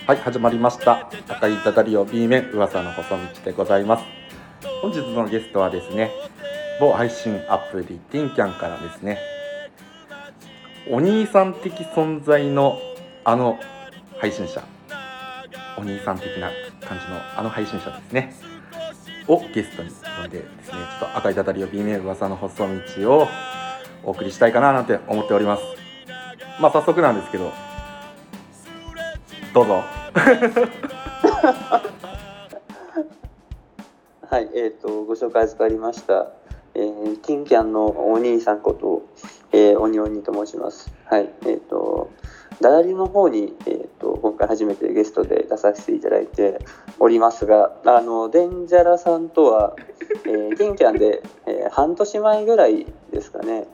はい、始まりました。赤いダダリオ B 面噂の細道でございます。本日のゲストはですね、某配信アプリティンキャンからですね、お兄さん的存在のあの配信者、お兄さん的な感じのあの配信者ですねをゲストに呼んでですね、ちょっと赤いダダリオ B 面噂の細道をお送りしたいかななんて思っております。まあ早速なんですけど、どうぞ。 はい、ご紹介預かりました。ティンキャンのお兄さんこと、おにおにと申します。はい、ダダリの方に、今回初めてゲストで出させていただいておりますが、デンジャラさんとは、ティンキャンで、半年前ぐらいですかね、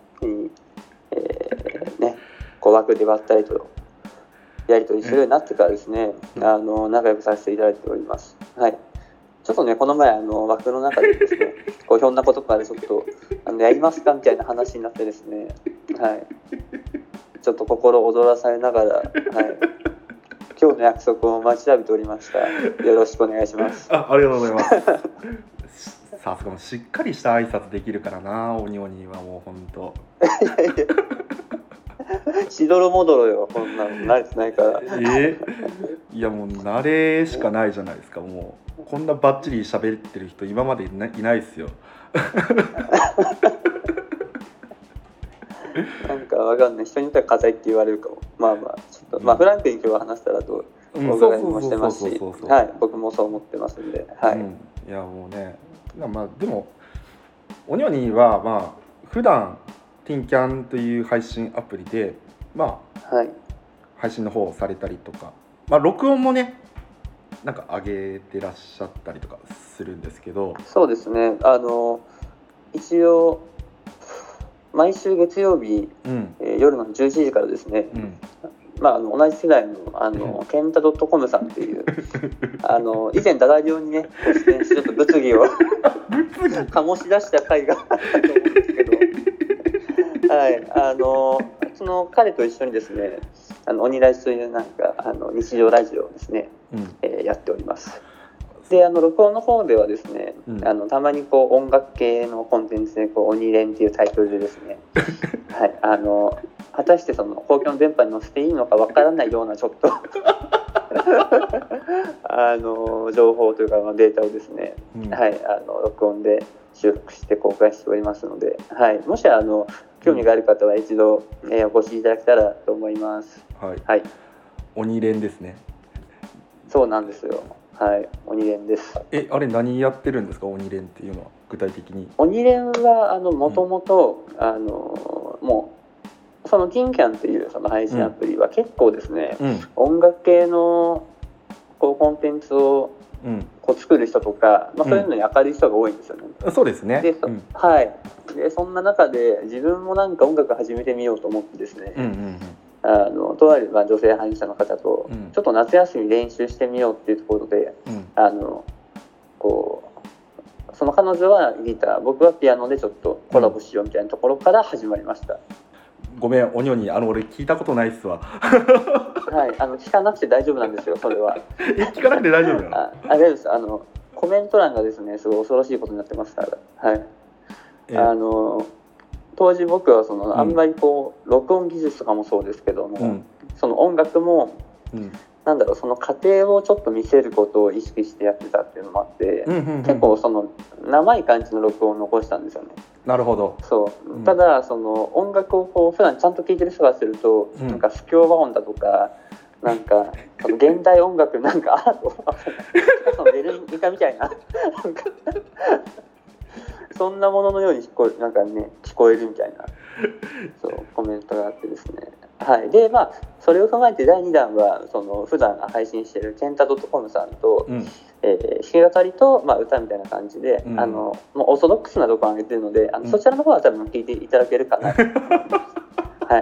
枠でばったりとやり取りするようになってからですね、仲良くさせていただいております。はい。ちょっとね、この前枠の中でですね、こうひょんなことからちょっとやりますかみたいな話になってですね、はい。ちょっと心躍らされながら、はい。今日の約束を待ちわびておりました。よろしくお願いします。 ありがとうございます。さすがもしっかりした挨拶できるからな、おにおにはもう本当。 しどろもどろよ、こんなの慣れてないから。 いやもう慣れしかないじゃないですか。もうこんなバッチリ喋ってる人今までいないですよ。 なんかわかんない、人によっては硬いって言われるかも。まあちょっとフランクに今日は話したらとお伺いもしてますし、はい、僕もそう思ってますんで、はい。 いやもうね、まあでもおにおにはまあ普段ティンキャンという配信アプリで配信の方をされたりとか、録音もねなんか上げてらっしゃったりとかするんですけど、 そうですね、一応毎週月曜日、夜の11時からですね、同じ世代のケンタ .com さんっていう以前ダダリオにね出演してちょっと物議を醸し出した回があったと思うんですけど、はい、その彼と一緒にですね、鬼ラジというなんか日常ラジオをですね、やっております。で録音の方ではですね、たまにこう音楽系のコンテンツで鬼連っていうタイトルでですね、はい、果たしてその公共の電波に載せていいのかわからないようなちょっと情報というかデータをですね、はい、録音で収録して公開しておりますので、はい、もし興味がある方は一度、お越しいただけたらと思います。 はい、 はい、 鬼連ですね。 そうなんですよ。はい、鬼連です。 あれ何やってるんですか、鬼連っていうのは具体的に。 鬼連はもともともうそのティンキャンっていうその配信アプリは結構ですね、音楽系のこうコンテンツをこう作る人とか、そういうのに明るい人が多いんですよね。 そうですね。 ではい。でそんな中で自分もなんか音楽始めてみようと思ってですね、とある女性配信者の方とちょっと夏休み練習してみようっていうところで、こうその彼女はギター、僕はピアノでちょっとコラボしようみたいなところから始まりました。 ごめん、おにおに俺聞いたことないっすわ。 はい、聞かなくて大丈夫なんですよ、それは。 聞かなくて大丈夫なの？ 大丈夫です。コメント欄がですねすごい恐ろしいことになってますから。はい。当時僕はあんまりこう録音技術とかもそうですけども、その音楽も、なんだろう、その過程をちょっと見せることを意識してやってたっていうのもあって、結構その生い感じの録音を残したんですよね。 なるほど。 そう、ただその音楽をこう普段ちゃんと聴いてる人がすると、なんか不協和音だとかなんか現代音楽なんかアートそのベルニカみたいなそんなもののようになんかね聞こえるみたいなそうコメントがあってですね。はい。でそれを踏まえて第2弾はその普段配信しているケンタ .com さんと、弾き語りと、歌みたいな感じで、もうオーソドックスなところを上げてるのでそちらの方は多分聞いていただけるかなと思います。はい。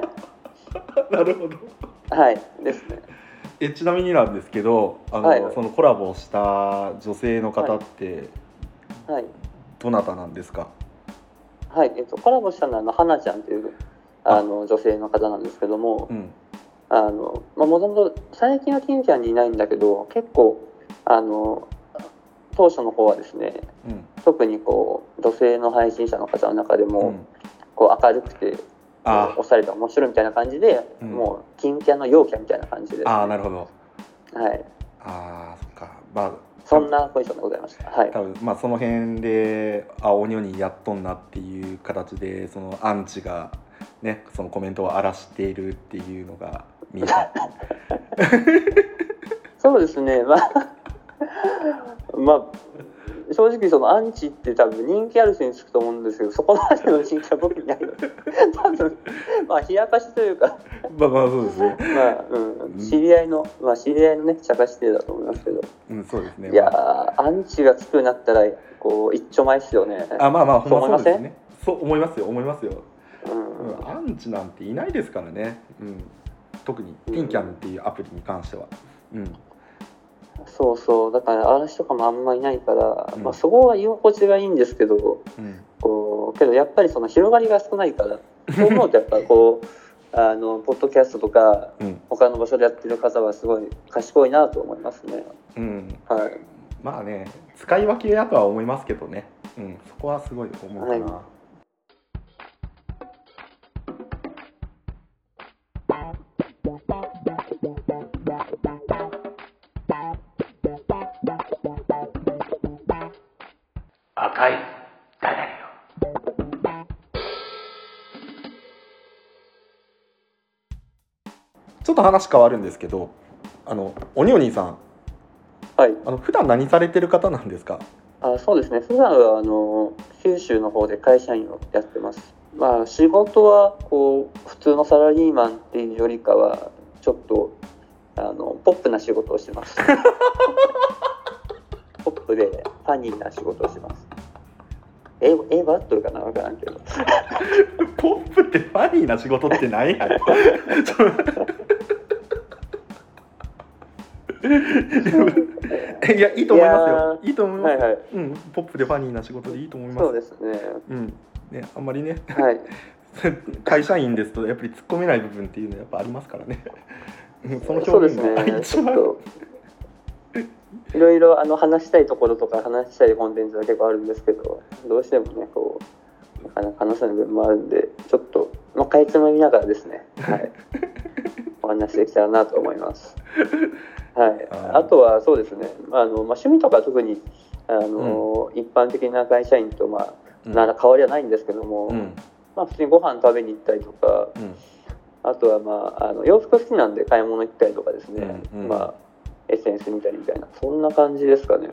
なるほど。 はいですね。 ちなみになんですけどそのコラボした女性の方って、どなたなんですか？ はい、コラボしたのは花ちゃんという女性の方なんですけども、 もともと最近はティンキャンにいないんだけど、結構当初の方はですね、特にこう女性の配信者の方の中でも、こう明るくておしゃれで面白いみたいな感じで、もうティンキャンの陽キャみたいな感じです、ね。 なるほど。 はい。 そっか。まあそんなポジションでございました。はい。 多分その辺でオニオンにやっとんなっていう形でそのアンチがねそのコメントを荒らしているっていうのが見えた。 そうですね。正直そのアンチって多分人気ある人につくと思うんですけど、そこまでの人気は僕にないので多分冷やかしというかそうですね。 知り合いのね茶化し手だと思いますけど、 そうですね。 いやアンチがつくようになったらこう一丁前ですよね。 ほんまそうですね。そう思いますよ。アンチなんていないですからね。特にティンキャンっていうアプリに関しては。 そうだから嵐とかもあんまいないから、そこは居心地がいいんですけど、けどやっぱりその広がりが少ないからそう思うとやっぱこうポッドキャストとか、他の場所でやってる方はすごい賢いなと思いますね。 はい。使い分けやとは思いますけどね。そこはすごい思うかな。赤いダダリオ。ちょっと話変わるんですけど、オニオニさん、 はい、 普段何されてる方なんですか？ そうですね。普段は九州の方で会社員をやってます。仕事はこう普通のサラリーマンっていうよりかはちょっとポップな仕事をしてます。ポップでファニーな仕事をしてます。バットルかな分からんけど。 ポップってファニーな仕事って何やろ？いや、いいと思いますよ。いいと思います。ポップでファニーな仕事でいいと思います。 そうですね。 あんまりね、会社員ですとやっぱり突っ込めない部分っていうのはやっぱありますからね。その表現が一番いろいろ話したいところとか話したいコンテンツは結構あるんですけど、どうしてもねこうなかなか話せない部分もあるんで、ちょっとかいつまみながらですね、お話できたらなと思います。あとはそうですね、趣味とか特に一般的な会社員と変わりはないんですけども、普通にご飯食べに行ったりとか、あとは洋服好きなんで買い物行ったりとかですね、エッセンス見たりみたいな、そんな感じですかね。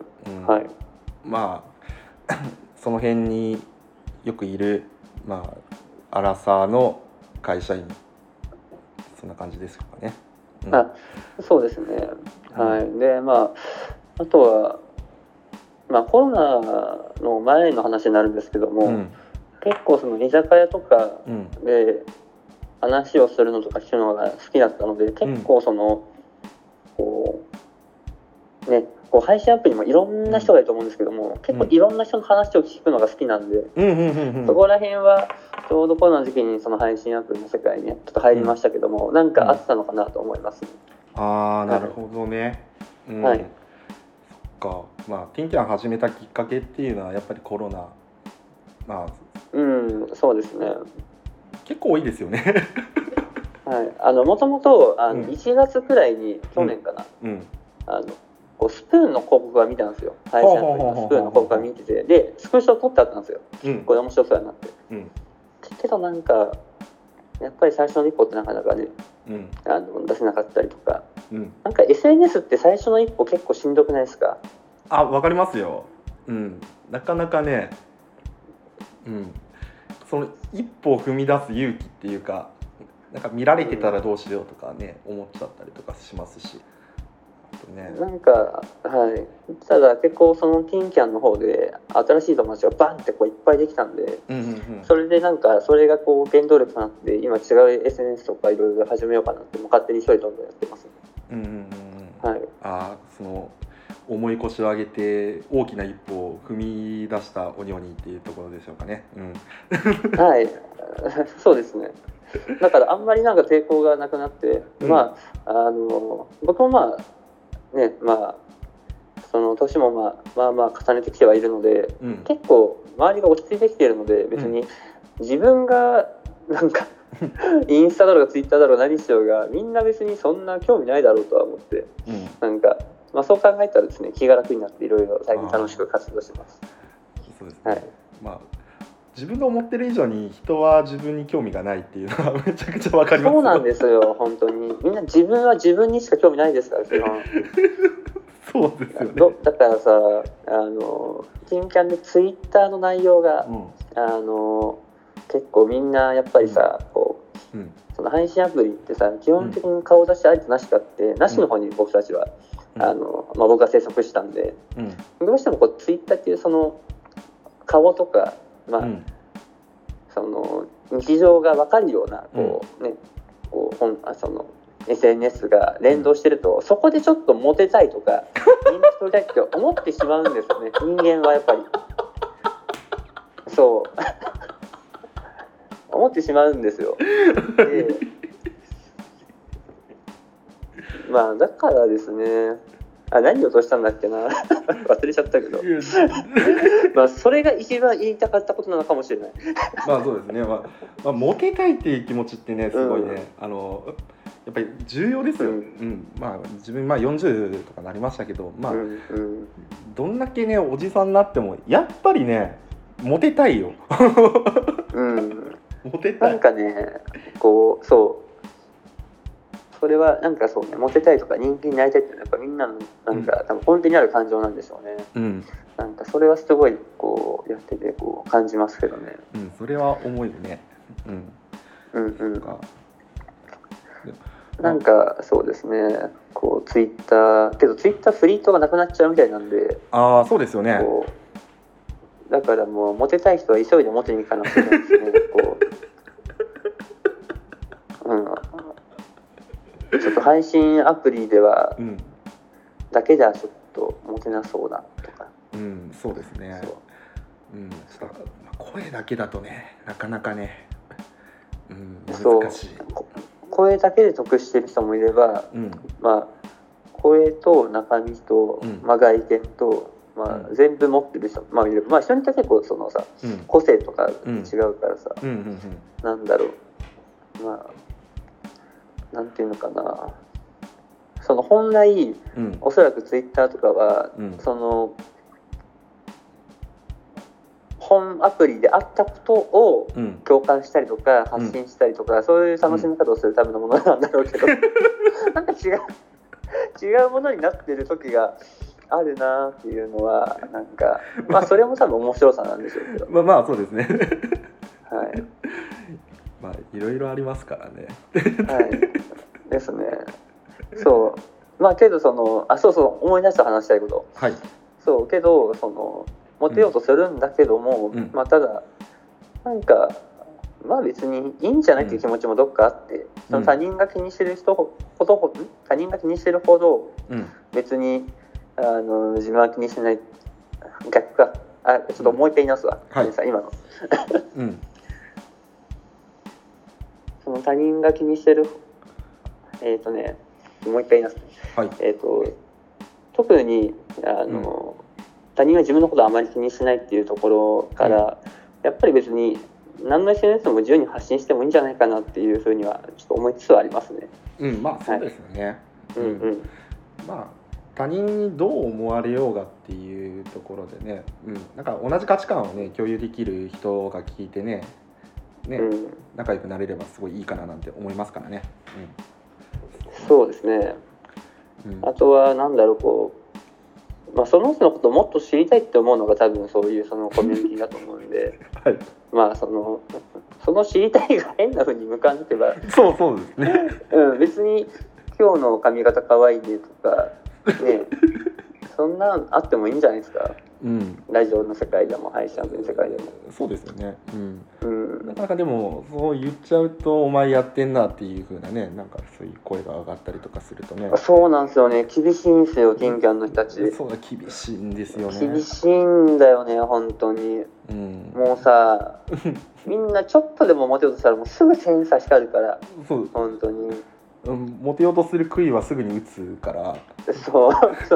その辺によくいるアラサーの会社員、そんな感じですかね。 そうですね。であとはコロナの前の話になるんですけども、結構その居酒屋とかで話をするのとか聞くのが好きだったので、結構そのこう配信アプリもいろんな人がいると思うんですけども、結構いろんな人の話を聞くのが好きなんで、そこら辺はちょうどコロナの時期にその配信アプリの世界にちょっと入りましたけども、なんかあったのかなと思います。 なるほどね。そっか。ティンキャン始めたきっかけっていうのはやっぱりコロナ。 そうですね。 結構多いですよね。 もともと1月くらいに去年かな、スプーンの広告が見たんですよ。配信アプリのスプーンの広告が見てて、でスクショ撮ってあったんですよ。これ面白そうやなって。けどなんかやっぱり最初の一歩ってなかなかね、出せなかったりとか、なんか SNS って最初の一歩結構しんどくないですか？ わかりますよ。なかなかね、その一歩を踏み出す勇気っていうか、なんか見られてたらどうしようとかね、思っちゃったりとかしますし。 なんかただ結構そのティンキャンの方で新しい友達がバンってこういっぱいできたんで、それでなんかそれがこう原動力となって、今違う SNS とかいろいろ始めようかなって勝手に一人どんどんやってます。 その重い腰を上げて大きな一歩を踏み出したオニオニっていうところでしょうかね。 そうですね。だからあんまりなんか抵抗がなくなって、まあ僕もまあね、まあその年もまあ重ねてきてはいるので、結構周りが落ち着いてきているので、別に自分がなんかインスタだろうがツイッターだろうが何しようがみんな別にそんな興味ないだろうとは思って、なんか、まあ、そう考えたらですね、気が楽になっていろいろ最近楽しく活動してます。 そうですね、はい、まあ自分が思ってる以上に人は自分に興味がないっていうのはめちゃくちゃわかります。 そうなんですよ、本当に。みんな自分は自分にしか興味ないですから、基本。 そうですよね。 だからさ、金キャンでツイッターの内容が、結構みんなやっぱりさ、こう、その配信アプリってさ、基本的に顔出しありとなしかって、なしの方に僕たちは、僕が制作したんで、どうしてもこうツイッターっていうその顔とか、まあその日常が分かるようなこう、ね、こうその SNS が連動してると、そこでちょっとモテたいとか人気取りたいって思ってしまうんですよね、人間はやっぱり。そう思ってしまうんですよ。でまあだからですね、何を落としたんだっけな忘れちゃったけどまあそれが一番言いたかったことなのかもしれない。 まあそうですね、まあ、モテたいっていう気持ちってねすごいね、やっぱり重要ですよ、まあ自分40とかなりましたけど、まあ、どんだけねおじさんになってもやっぱりねモテたいよモテたい。 なんかね、こうそうそれはなんかそうね、モテたいとか人気になりたいっていうのはやっぱみんなのなんか、多分根底にある感情なんでしょうね。なんかそれはすごいこうやっててこう感じますけどね。 それは思うよね。 なんかそうですね、こうツイッターけどツイッターフリートがなくなっちゃうみたいなんで。 そうですよね。 だからもうモテたい人は急いでモテに行かなくてですねこうちょっと配信アプリでは、だけじゃちょっとモテなそうだとか。 そうですね。声だけだとねなかなかね、難しい。 声だけで得してる人もいれば、まあ声と中身と、外見と、全部持ってる人もいれば、人によって結構そのさ、個性とか違うからさ、なんだろう、なんていうのかな、その本来、おそらくツイッターとかは、その本アプリであったことを共感したりとか発信したりとか、そういう楽しみ方をするためのものなんだろうけど、なんか違うものになってる時があるなっていうのはなんかそれも多分面白さなんでしょうけどまあそうですねはいいろいろありますからねはいですね。そうけどそのそう思い出した話したいこと、そうけどそのモテようとするんだけども、ただなんか別にいいんじゃないっていう気持ちもどっかあって、その他人が気にしてる他人が気にしてるほど、別に自分は気にしてない、逆か、ちょっともう一回言い直すわ、今のその他人が気にしてるもう一回言います、特に他人は自分のことをあまり気にしないっていうところから、やっぱり別に何の SNS でも自由に発信してもいいんじゃないかなっていうふうにはちょっと思いつつはありますね。 そうですよね。他人にどう思われようがっていうところでね、なんか同じ価値観をね共有できる人が聞いてね、仲良くなれればすごいいいかななんて思いますからね。 そうですね。あとはなんだろう、こうその人のことをもっと知りたいって思うのが多分そういうそのコミュニティだと思うんで、その知りたいが変な風に向かんけばそうですね。 別に今日の髪型可愛いねとかねそんなんあってもいいんじゃないですか。ラジオの世界でも配信の世界でも。 そうですよね。 かなかでもそう言っちゃうとお前やってんなっていう風なね、なんかそういう声が上がったりとかするとね。 そうなんですよね、厳しいんですよティンキャンの人たち。 そうだ、厳しいんですよね。 厳しいんだよね本当に、もうさみんなちょっとでもモテようとしたらもうすぐセンサー光るから。そう本当に、 モテようとする杭はすぐに打つから。そう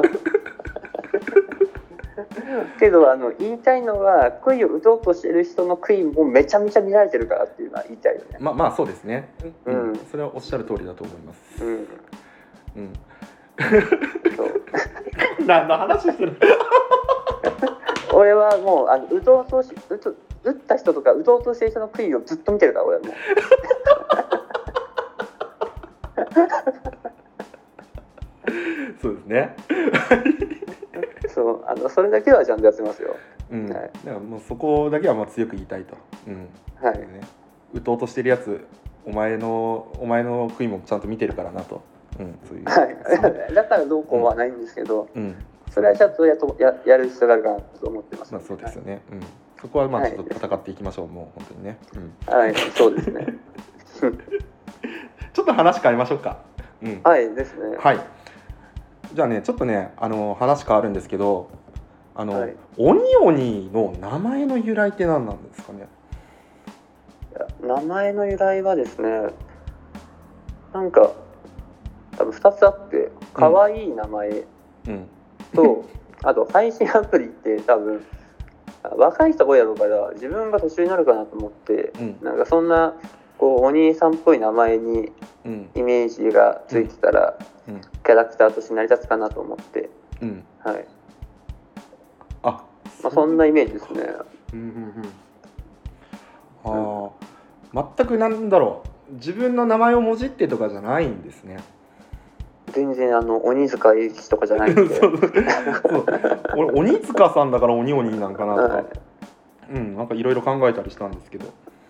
けど言いたいのは杭を打とうとしてる人の杭もめちゃめちゃ見られてるからっていうのは言いたいよね。 まあそうですね、それはおっしゃる通りだと思います。そう何の話してる俺はもう打った人とか打とうとしてる人の杭をずっと見てるから俺はもうそうですねそうそれだけはちゃんとやってますよ。 だからもうそこだけはもう強く言いたいと。はいね、打とうとしてるやつお前の杭もちゃんと見てるからなと。そういう、はい、 だからどうこうはないんですけど、それはちゃんとやる必要があるかなと思ってます。 そうですよね。そこはまあちょっと戦っていきましょう、もう本当にね。 はいそうですねちょっと話変えましょうか。 はいですね。 はい。じゃあね、ちょっとね話変わるんですけど、オニオニの名前の由来って何なんですかね。 名前の由来はですね、なんか多分2つあって、可愛い名前と、あと配信アプリって多分若い人多いやろうから自分が年上になるかなと思って、なんかそんなこうお兄さんっぽい名前にイメージがついてたら、キャラクターとして成り立つかなと思って、はい。そんなイメージですね。 全くなんだろう、自分の名前をもじってとかじゃないんですね。 全然鬼塚英吉とかじゃないんで俺鬼塚さんだから鬼鬼なんかなとか、なんかいろいろ考えたりしたんですけど、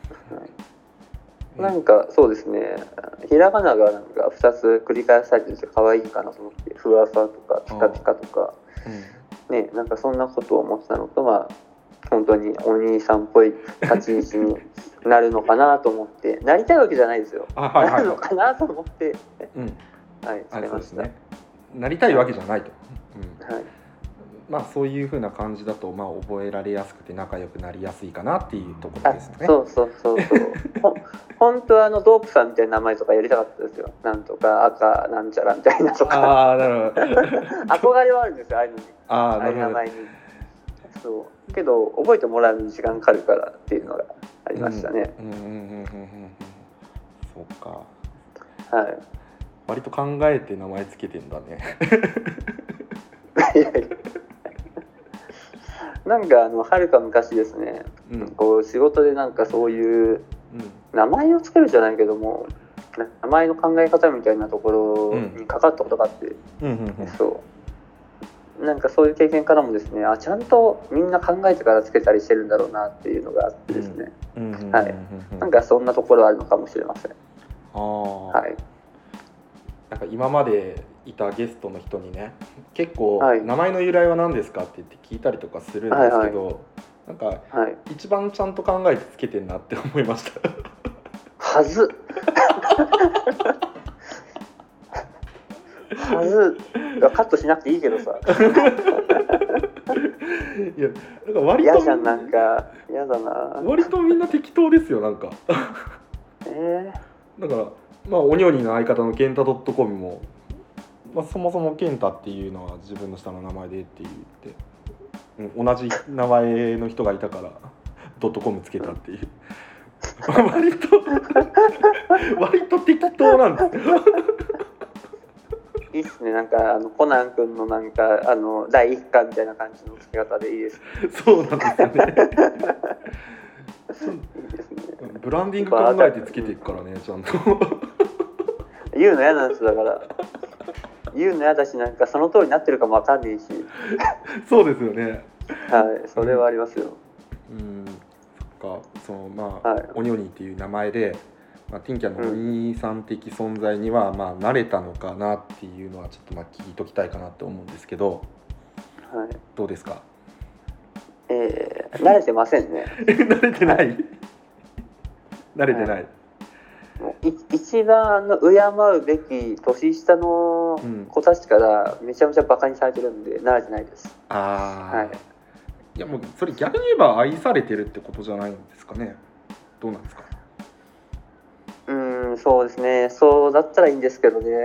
なんかそうですね、ひらがながなんか2つ繰り返されてて可愛いかなと思って、ふわふわとかピカピカとか、なんかそんなことを思ってたのと、まあ本当にお兄さんっぽい立ち位置になるのかなと思ってなりたいわけじゃないですよ。なるのかなと思ってつけました。 なりたいわけじゃないと。まあそういう風な感じだとまあ覚えられやすくて仲良くなりやすいかなっていうところですね。 そう本当はドープさんみたいな名前とかやりたかったですよ。なんとか赤なんちゃらみたいなとか。なるほど。憧れはあるんですよ、ああいうのに。ああいう名前に。そうけど覚えてもらうのに時間かかるからっていうのがありましたね。 そうか。 はい。 割と考えて名前つけてんだね。 なんかはるか昔ですね、こう仕事でなんかそういう名前をつけるじゃないけども、名前の考え方みたいなところにかかったことがあって、なんかそういう経験からもですね、ちゃんとみんな考えてからつけたりしてるんだろうなっていうのがあってですね、はい、なんかそんなところあるのかもしれません。はい。 なんか今までいたゲストの人にね、結構名前の由来は何ですかって言って聞いたりとかするんですけど、なんか一番ちゃんと考えてつけてんなって思いました。 はずカットしなくていいけどさ。 いやなんか割と嫌じゃん、なんか嫌だな。 割とみんな適当ですよなんか。だからまあオニオニの相方のケンタ.com も、そもそもケンタっていうのは自分の下の名前でって言って、同じ名前の人がいたから.com つけたっていう。割と適当なんですよ。 いいっすね、なんかコナン君のなんか第一巻みたいな感じの付け方でいいですね。 そうなんですよね。いいですね。ブランディング考えてつけていくからね、ちゃんと。 言うの嫌なんですよ、だから言うの嫌だし、なんかその通りになってるかもわかんないし。 そうですよね。 はい、それはありますよ。 そっか、オニオニっていう名前で、ティンキャンのお兄さん的存在には慣れたのかなっていうのはちょっと聞いときたいかなって思うんですけど、どうですか？ 慣れてませんね。 慣れてない？ 慣れてない、 もう一番敬うべき年下の子たちからめちゃめちゃバカにされてるんで慣れてないです。 はい、いやもうそれ逆に言えば愛されてるってことじゃないんですかね。どうなんですか。 そうですね、そうだったらいいんですけどね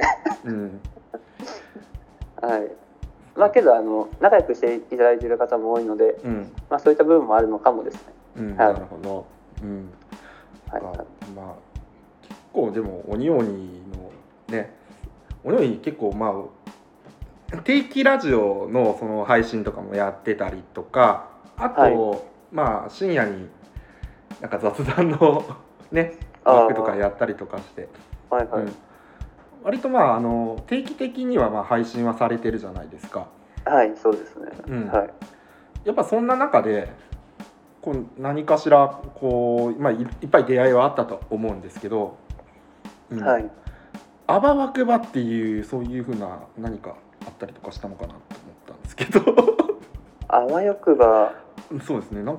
はい。まあけど仲良くしていただいている方も多いので、まあそういった部分もあるのかもですね。 なるほど。まあ結構でも鬼鬼のね、鬼鬼結構まあ定期ラジオのその配信とかもやってたりとか、あと、まあ深夜になんか雑談のね枠とかやったりとかして、割とまあ定期的にはまあ配信はされてるじゃないですか。 はいそうですね。 やっぱそんな中でこう何かしらこう、まあ、いっぱい出会いはあったと思うんですけど、あばわくばっていうそういう風な何かあったりとかしたのかなと思ったんですけどあわよくば、 そうですね、なんか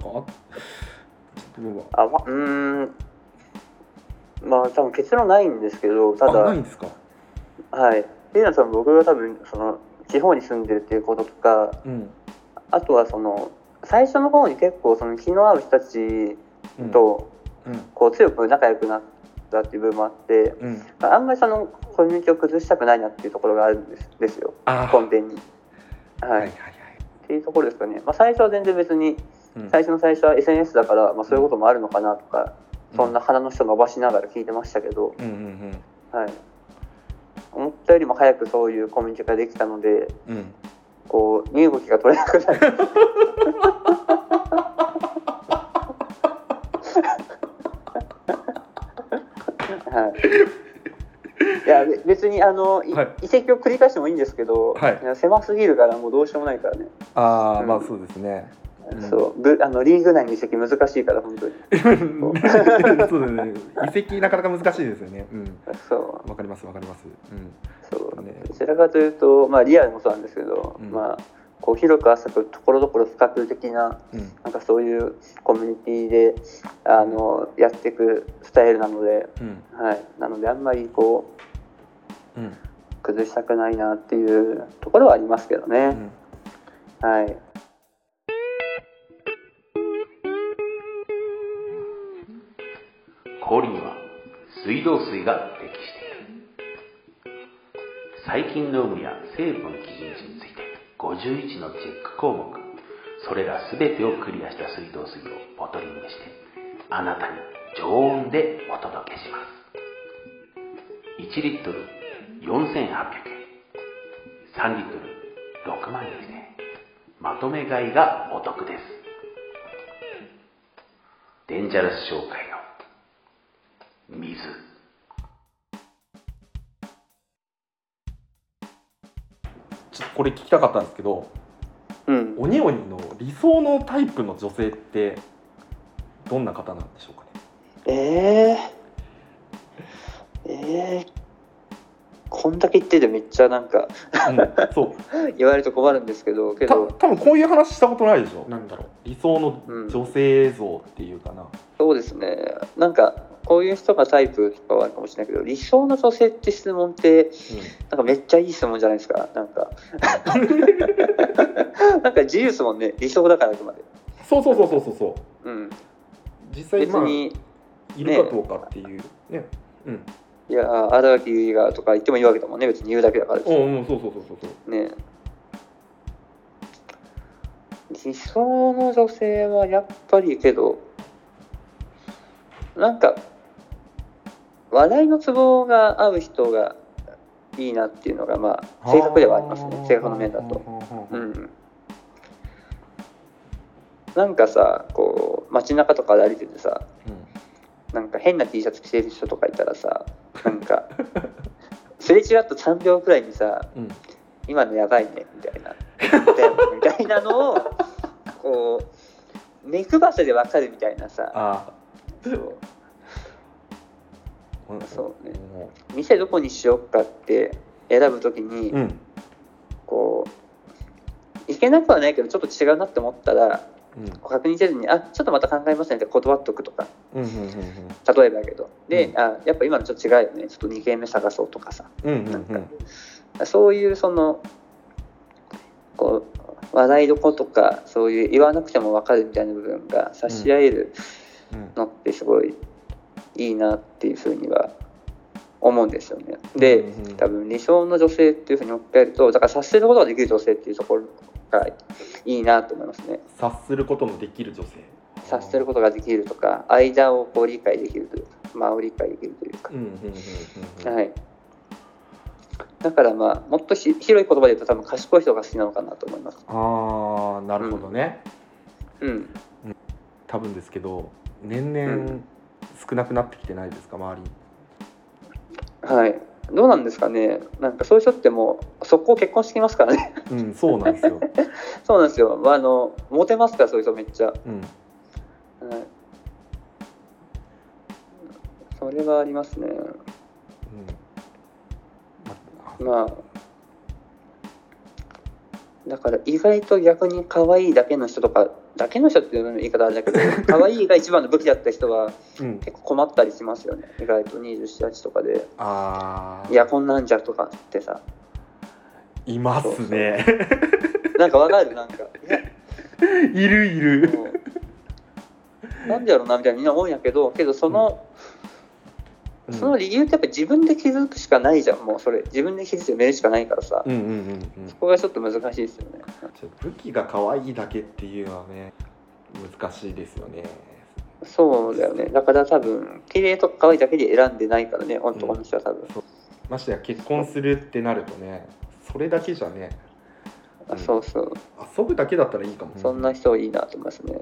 まあ多分結論ないんですけど、ただないんですか。 はい。っていうのは僕が多分その地方に住んでるっていうこととか、あとはその最初の方に結構その気の合う人たちとこう強く仲良くなったっていう部分もあって、あんまりそのコミュニティを崩したくないなっていうところがあるんですよ、根底に。っていうところですかね。まあ最初は全然別に、最初は SNS だから、まあそういうこともあるのかなとか、そんな鼻の下伸ばしながら聞いてましたけど、思ったよりも早くそういうコミュニティができたので、こう身動きが取れなくなるいや別に移籍を繰り返してもいいんですけど、狭すぎるからもうどうしようもないからね。 まあそうですね。 そうリーグ内の移籍難しいから本当にそうですね、移籍なかなか難しいですよね。わかります。 そうね、どちらかというと、まあリアルもそうなんですけど、まあこう広く浅くところどころ深く的な、なんかそういうコミュニティでやっていくスタイルなので、なのであんまりこう、崩したくないなっていうところはありますけどね。 氷には水道水が適している。細菌の有無や成分基準値について51のチェック項目、それらすべてをクリアした水道水をボトリングしてあなたに常温でお届けします。1リットル4800円、3リットル6万円でまとめ買いがお得です。デンジャラス商会の水。 ちょっとこれ聞きたかったんですけど、鬼鬼の理想のタイプの女性ってどんな方なんでしょうかね。 こんだけ言っててめっちゃなんかそう言われると困るんですけど、 多分こういう話したことないでしょ。なんだろう、理想の女性像っていうかな。 そうですね、なんかこういう人がタイプとかはあるかもしれないけど、理想の女性って質問って、なんかめっちゃいい質問じゃないですか。なんかなんか自由ですもんね、理想だからあくまで。 そう、実際別にいるかどうかっていうね。 いや新垣結衣がとか言ってもいいわけだもんね、別に言うだけだからです。 そうね。理想の女性はやっぱりけど、なんか笑いのツボが合う人がいいなっていうのがまあ性格ではありますね、性格の面だと。なんかさ、こう街中とかで歩いててさ、なんか変な T シャツ着てる人とかいたらさ、なんかすれ違った3秒くらいにさ、今のやばいねみたいなのをこう目くばせで分かるみたいなさ。そうね、店どこにしようかって選ぶときに、こういけなくはないけどちょっと違うなって思ったら、 確認せずにちょっとまた考えますねって断っとくとか、例えばやけどで、やっぱ今のちょっと違うよね、ちょっと2軒目探そうとかさ、なんかそういうそのこう話題どことか、そういう言わなくても分かるみたいな部分が差し合えるのってすごいいいなっていうふうには思うんですよね。で、多分理想の女性っていうふうに置き換えると、だから察することができる女性っていうところがいいなと思いますね。 察することのできる女性、 察することができるとか、間をこう理解できるというか、間を理解できるというか、はい。だからまあもっと広い言葉で言うと多分賢い人が好きなのかなと思います。 ああ、なるほどね。多分ですけど年々少なくなってきてないですか、周りに。はい、 どうなんですかね。なんかそういう人ってもう速攻結婚してきますからね。 そうなんですよ。 そうなんですよ。モテますからそういう人めっちゃ。はい、それはありますね。まあだから意外と逆に可愛いだけの人とか、だけの人っていう言い方あれだけど可愛いが一番の武器だった人は結構困ったりしますよね、意外と27、8とかで。いやこんなんじゃとかってさいますね。 なんかわかる、なんかいるなんでやろうなみたいなみんな思うんやけどその理由ってやっぱり自分で気づくしかないじゃん。もうそれ自分で気づく目しかないからさ、そこがちょっと難しいですよね。 武器が可愛いだけっていうのはね難しいですよね。 そうだよね。だから多分綺麗とか可愛いだけで選んでないからね、男の人は多分。 ましてや結婚するってなるとね、それだけじゃね、 そうそう遊ぶだけだったらいいかも。 そんな人いいなと思いますね。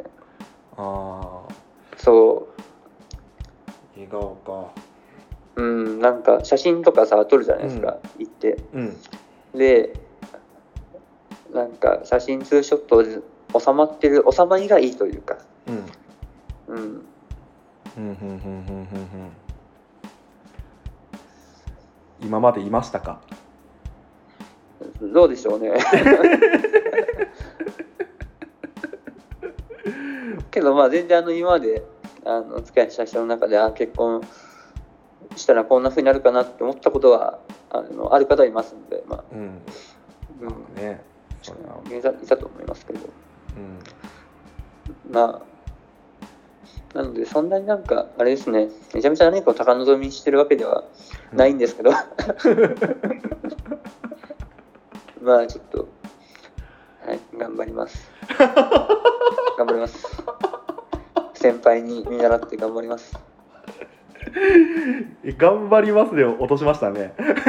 そう笑顔か。 なんか写真とかさ撮るじゃないですか、行って、でなんか写真ツーショットで収まってる収まりがいいというか、 今までいましたか？ どうでしょうね。けどまあ全然今までお付き合いした人の中で結婚したらこんな風になるかなって思ったことはある方いますので、いたと思いますけど、まあなのでそんなになんかあれですね、めちゃめちゃ何かを高望みしてるわけではないんですけど、まあちょっと頑張ります。頑張ります。先輩に見習って頑張ります。 頑張りますで落としましたね。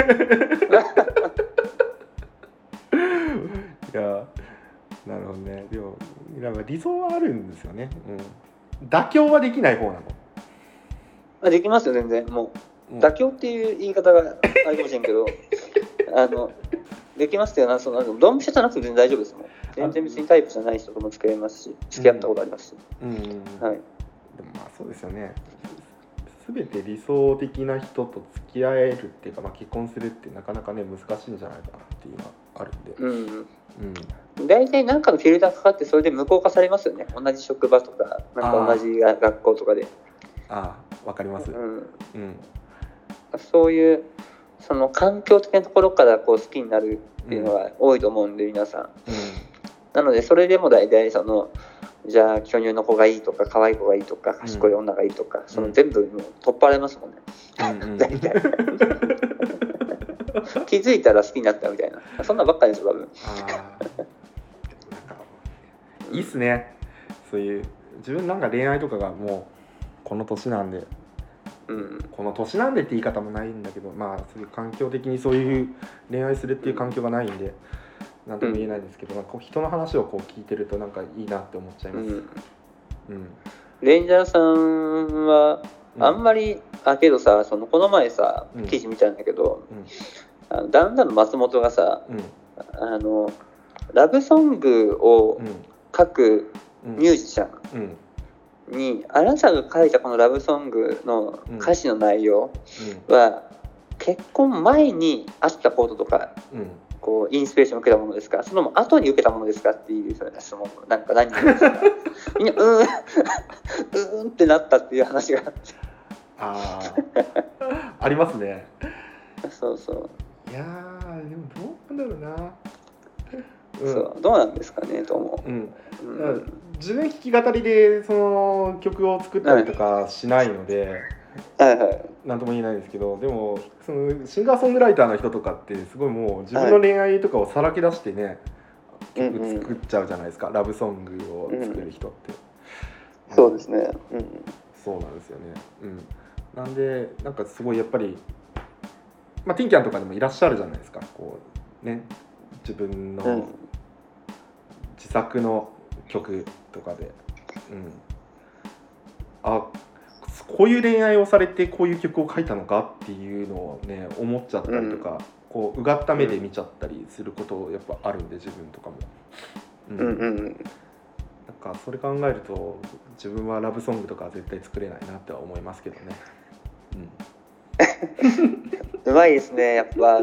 いやなるほどね。でも理想はあるんですよね。妥協はできない方なの？できますよ全然。もう妥協っていう言い方があるかもしれんけどできますよな。ドンピシャじゃなくて全然大丈夫ですもん。全然別にタイプじゃない人とも付き合いますし、付き合ったことありますし。 でもまあそうですよね。全て理想的な人と付き合えるっていうか、結婚するってなかなかね難しいんじゃないかなっていうのはあるんで、大体何かのフィルターかかってそれで無効化されますよね。同じ職場とかなんか同じ学校とかで。 わかります。 そういうその環境的なところから好きになるっていうのが多いと思うんで皆さん。なのでそれでも大体じゃあ巨乳の子がいいとか可愛い子がいいとか賢い女がいいとか、全部もう取っ払いますもんね。大体気づいたら好きになったみたいな、そんなばっかりですよ多分。 いいっすね。そういう自分なんか恋愛とかがもうこの年なんで、この年なんでって言い方もないんだけど、そういう環境的にそういう恋愛するっていう環境がないんで。なんとも言えないんですけど、人の話を聞いてるとなんかいいなって思っちゃいます。 レンジャーさんはあんまり、けどさこの前さ記事見たんだけど、ダウンタウンの松本がさ、ラブソングを書くミュージシャンに、あなたが書いたこのラブソングの歌詞の内容は、結婚前にあったこととか、 こうインスピレーションを受けたものですか、その後に受けたものですかっていう質問、なんか何人ですかみんなってなったっていう話がありますね。 そうそう。 いやーでもどうなんだろうな、 そうどうなんですかねと思う。 自分弾き語りでその曲を作ったりとかしないので、なんとも言えないですけど、でもそのシンガーソングライターの人とかってすごいもう自分の恋愛とかをさらけ出してね、曲作っちゃうじゃないですか、ラブソングを作る人って、 そうですね、 そうなんですよね、なんでなんかすごいやっぱり、ティンキャンとかにもいらっしゃるじゃないですか、こうね、自分の自作の曲とかで、こういう恋愛をされてこういう曲を書いたのかっていうのをね思っちゃったりとか、こううがった目で見ちゃったりすることやっぱあるんで、自分とかも、なんかそれ考えると自分はラブソングとかは絶対作れないなっては思いますけどね。 うまいですね、やっぱ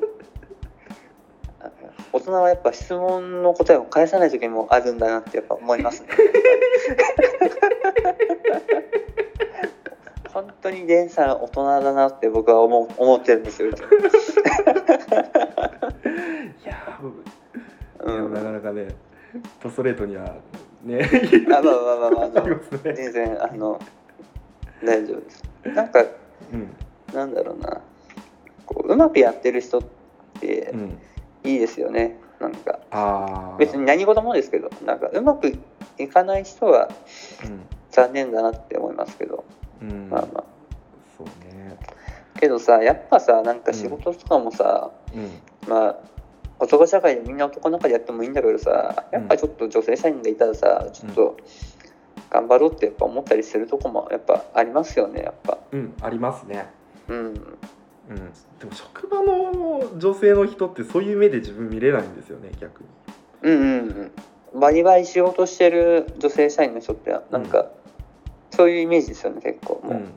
大人はやっぱ質問の答えを返さない時もあるんだなってやっぱ思いますね本当にレンさん大人だなって僕は思ってるんですよ。いや、なかなかねストレートにはね全然大丈夫です。なんか、なんだろうな、こううまくやってる人っていいですよね。なんか別に何事もですけど、なんかうまくいかない人は残念だなって思いますけど、 そうね。 けどさ、やっぱさ、なんか仕事とかもさ、男社会でみんな男の中でやってもいいんだけどさ、やっぱちょっと女性社員がいたらさ、ちょっと頑張ろうってやっぱ思ったりするとこもやっぱありますよね、やっぱ。 ありますね。でも職場の女性の人ってそういう目で自分見れないんですよね、逆に。 バリバリ仕事してる女性社員の人ってなんか、そういうイメージですよね、結構もう。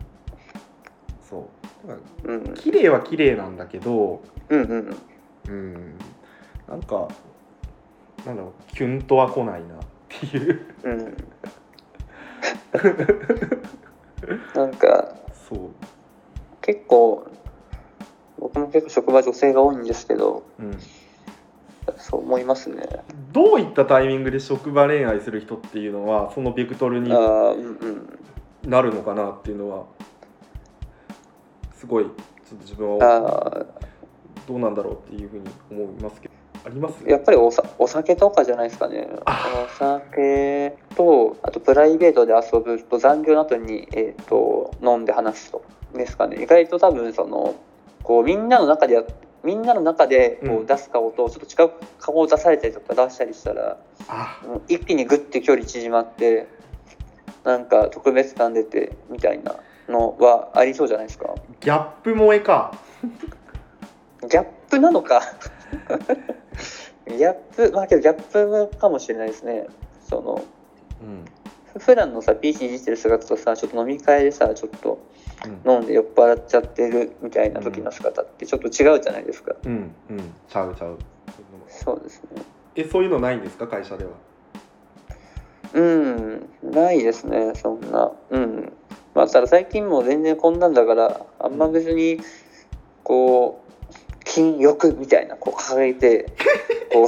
そう綺麗は綺麗なんだけど、なんかなんだろう、キュンとは来ないなっていうなんかそう、 結構僕も結構職場女性が多いんですけど、そう思いますね。 どういったタイミングで職場恋愛する人っていうのはそのベクトルになるのかなっていうのはすごいちょっと自分はどうなんだろうっていうふうに思いますけど、あります？ やっぱりお酒とかじゃないですかね。お酒と、あとプライベートで遊ぶと、残業の後に、飲んで話すとですかね。意外と多分そのこうみんなの中でこう出す顔とちょっと違う顔を出されたりとか出したりしたら、一気にグッて距離縮まって、なんか特別感出てみたいなのはありそうじゃないですか。 ギャップ萌えかギャップなのかギャップ、けどギャップかもしれないですね。その、普段のさ PC いじってる姿とさ、ちょっと飲み会でさ、ちょっと飲んで酔っ払っちゃってるみたいな時の姿ってちょっと違うじゃないですか。 ちゃうそうですね。 そういうのないんですか、会社では？ ないですね、そんな。ただ最近も全然こんなんだから、あんま別にこう禁欲みたいなこう掲げてこ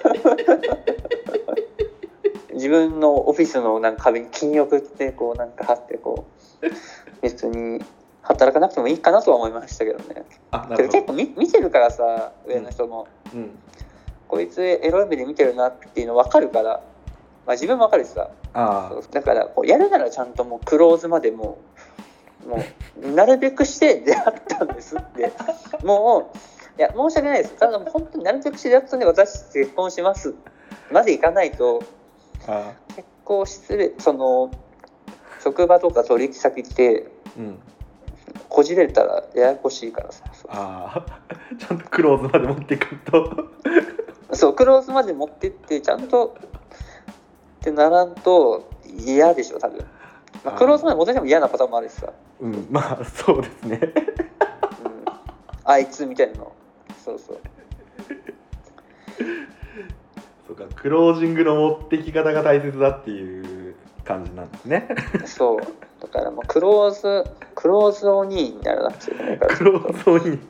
う自分のオフィスのなんか壁に禁欲ってこうなんか貼ってこう別に働かなくてもいいかなとは思いましたけどね。けど結構見てるからさ、上の人も、こいつエロい目で見てるなっていうの分かるから、自分も分かるしさ、だからこうやるならちゃんともうクローズまでもうなるべくして出会ったんですってもういや申し訳ないです、ただもう本当になるべくして出会ったんで私結婚しますまでいかないと結構失礼。その職場とか取引先ってこじれたらややこしいからさ、 ちゃんとクローズまで持っていくとそうクローズまで持ってってちゃんとってならんと嫌でしょ多分。クローズまで持ってても嫌なパターンもあるしさ。 そうですねあいつみたいなの。そうそうか、クロージングの持ってき方が大切だっていう感じなんですね。 そうだからもうクローズお兄にならなくちゃいけないからクローズお兄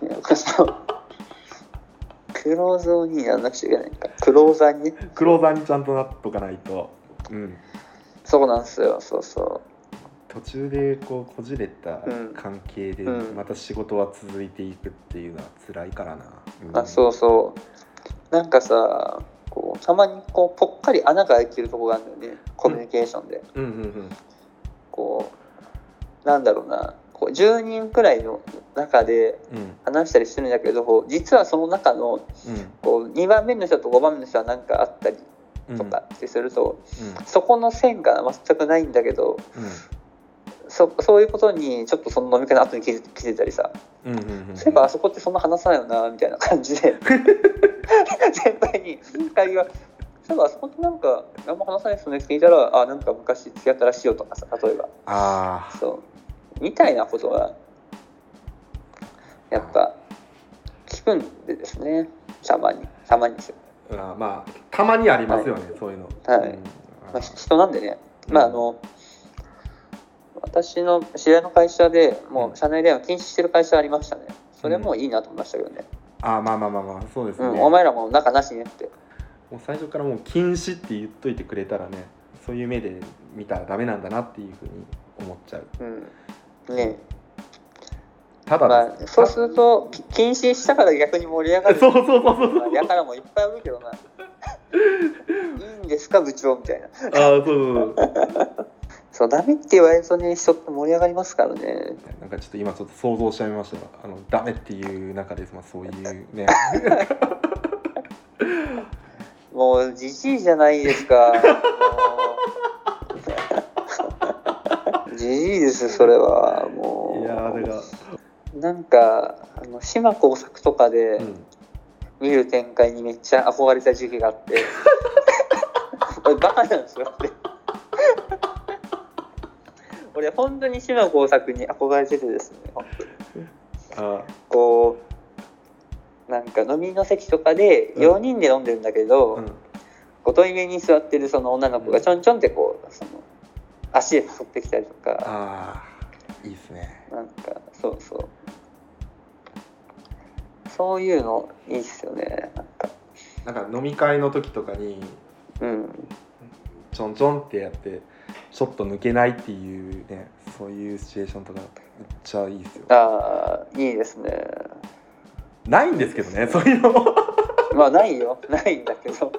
クローズお兄にならなくちゃいけないからクローザーにね、 クローザーにちゃんとなっとかないと、うん、 そうなんですよ。そうそう途中でこうこじれた関係でまた仕事は続いていくっていうのは辛いからな、 うん、あ、そうそうなんかさこうたまにこうぽっかり穴が開いてるとこがあるんだよね、コミュニケーションで、 うんうんうんうん、 こうなんだろうな、こう10人くらいの中で話したりしてるんだけど、実はその中のこう2番目の人と5番目の人は何かあったりとかってすると、そこの線が全くないんだけど、そういうことにちょっとその飲み会の後に気づいたりさ、そういえばあそこってそんな話さないよなみたいな感じで先輩に会議はそういえばあそこってなんか何も話さないですよねって聞いたら、なんか昔付き合ったらしいよとかさ、例えばそうみたいなことがやっぱ聞くんでですね、たまにですよ。 まあたまにありますよね、はい、そういうの、 はい、人なんでね、私の知り合いの会社でもう社内恋愛を禁止してる会社ありましたね。それもいいなと思いましたけどね、 まあそうですね、 お前らも仲なしねって、 もう最初からもう禁止って言っといてくれたらね、そういう目で見たらダメなんだなっていうふうに思っちゃう、 ね。 ただそうすると禁止したから逆に盛り上がるそうやからもいっぱいあるけどな。いいんですか部長みたいな。そうダメって言われるとね、人って盛り上がりますからね。 なんかちょっと今ちょっと想像しちゃいました。ダメっていう中で、そういうねもうじじいじゃないですか。じじいですそれはもう。いやだからなんか島耕作とかで見る展開にめっちゃ憧れた時期があって、俺バカなんですよって俺本当に島耕作に憧れててですね、こうなんか飲みの席とかで4人で飲んでるんだけど、こう対面に座ってるその女の子がちょんちょんってこうその足で誘ってきたりとか、 いいですね。 なんかそういうのいいっすよね。 なんか飲み会の時とかに、ちょんちょんってやってちょっと抜けないっていうね、そういうシチュエーションとかめっちゃいいですよ。 いいですね。 ないんですけどね、そういうのもないんだけど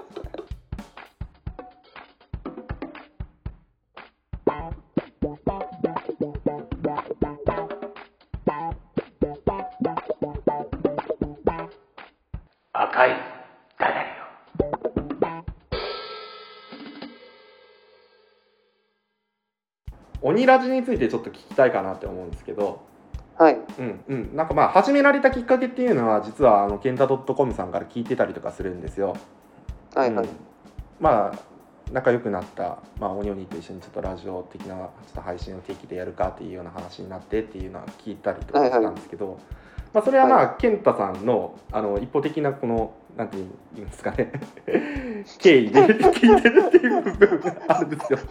赤いダダリオ。鬼ラジについてちょっと聞きたいかなって思うんですけど、 はい、 なんか始められたきっかけっていうのは実はケンタ.com さんから聞いてたりとかするんですよ。仲良くなった、オニオニと一緒にちょっとラジオ的なちょっと配信を定期でやるかっていうような話になってっていうのは聞いたりとかしたんですけど、それはケンタさんの一方的なこのなんていうんですかね経緯で聞いてるっていう部分があるんですよ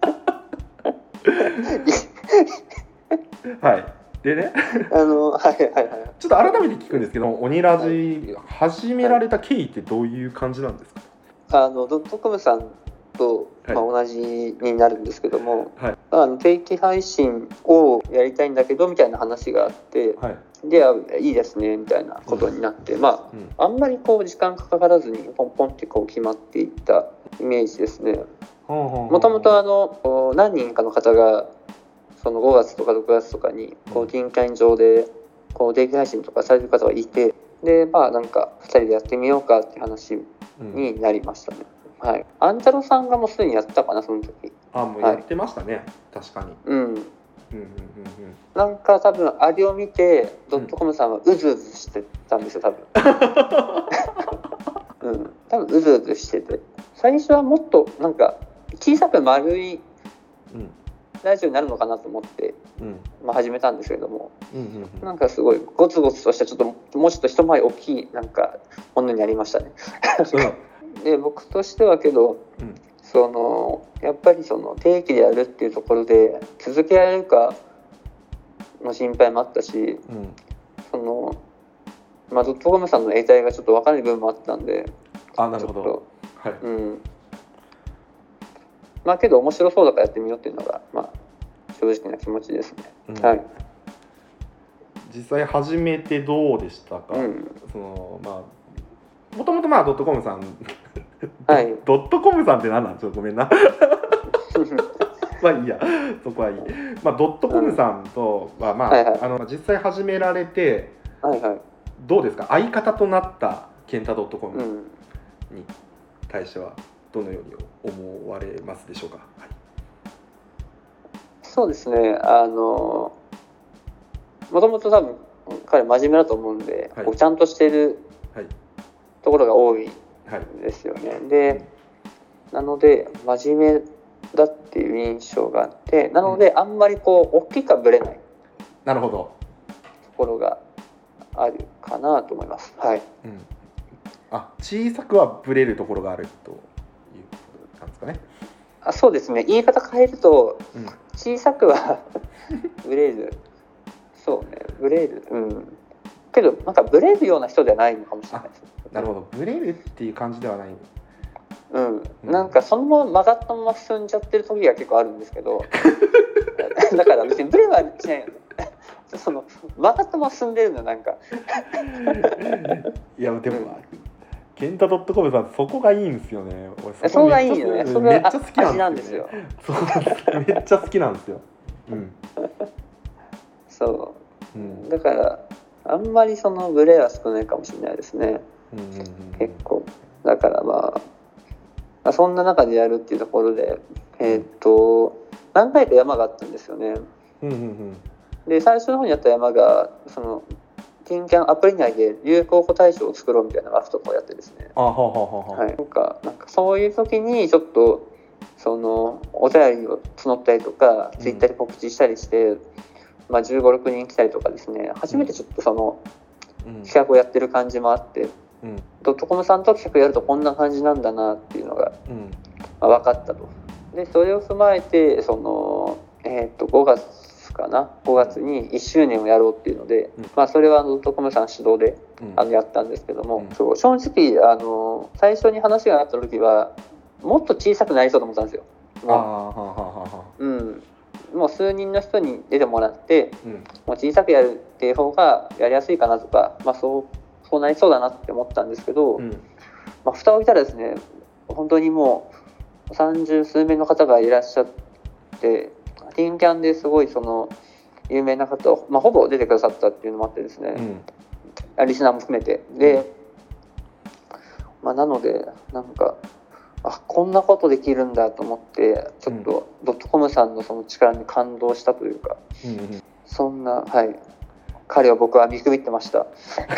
はいでねちょっと改めて聞くんですけど、オニラジ始められた経緯ってどういう感じなんですか？ ドットコムさんと、同じになるんですけども、定期配信をやりたいんだけどみたいな話があって、でいいですねみたいなことになって、あんまりこう時間かからずにポンポンってこう決まっていったイメージですね。もともと何人かの方がその5月とか6月とかにこう銀会上でこう定期配信とかされる方がいて、でなんか2人でやってみようかって話になりましたね。アンタロさんがもうすでにやったかなその時。 もうやってましたね、確かに。 なんか多分あれを見てドットコムさんはうずうずしてたんですよ多分。多分うずうずしてて、最初はもっとなんか小さく丸いラジオになるのかなと思って、始めたんですけれども、なんかすごいゴツゴツとしたちょっともうちょっと一回り大きいなんかものになりましたね。で僕としてはけど、やっぱり定期でやるっていうところで続けられるかの心配もあったし、ドットコムさんの英体がちょっと分からない部分もあったんで、 なるほど、 けど面白そうだからやってみようっていうのが、正直な気持ちですね。 実際始めてどうでしたか？もともとドットコムさんドットコムさんって何なん？ちょっとごめんな。いいや、そこはいい。ドットコムさんとは実際始められて、どうですか？相方となったケンタドットコムに対してはどのように思われますでしょうか？ そうですね。もともと多分彼真面目だと思うんで、ちゃんとしてるところが多いですよね。で、なので真面目だっていう印象があって、なのであんまり大きくはぶれない。 なるほど。 ところがあるかなと思います。 小さくはぶれるところがあるということなんですかね。 そうですね。言い方変えると、小さくはぶれる。そうね、ぶれる。けどなんかぶれるような人ではないのかもしれないです。 なるほど。ぶれるっていう感じではない。 なんかそのまま曲がったまま進んじゃってる時が結構あるんですけど、だから別にブレはしないよね。曲がったまま進んでるのなんか。 いやでもケンタドットコムさんそこがいいんですよね。 そこがいいよね。それめっちゃ好きなんですよ。 めっちゃ好きなんですよ。 そう。だからあんまりブレは少ないかもしれないですね。結構。だからそんな中でやるっていうところで、何回か山があったんですよね。で最初の方にやった山がティンキャンアプリ内で流行語大賞を作ろうみたいなアフトをやってですね。なんかそういう時にちょっとお便りを募ったりとか、ツイッターで告知したりして、15、6人来たりとかですね。初めてちょっと企画をやってる感じもあって、ドットコムさんと企画やるとこんな感じなんだなっていうのが、分かったと。でそれを踏まえて5月に1周年をやろうっていうので、それはドットコムさん主導でやったんですけども、正直最初に話があった時はもっと小さくなりそうと思ったんですよ。もう数人の人に出てもらって、もう小さくやるっていう方がやりやすいかなとか、そうなりそうだなって思ったんですけど、蓋を見たらですね、本当にもう30数名の方がいらっしゃって、ティンキャンですごい有名な方を、ほぼ出てくださったっていうのもあってですね、リスナーも含めてで、なのでなんかこんなことできるんだと思ってちょっとドットコムさんのその力に感動したというか、そんな彼を僕は見くびってました。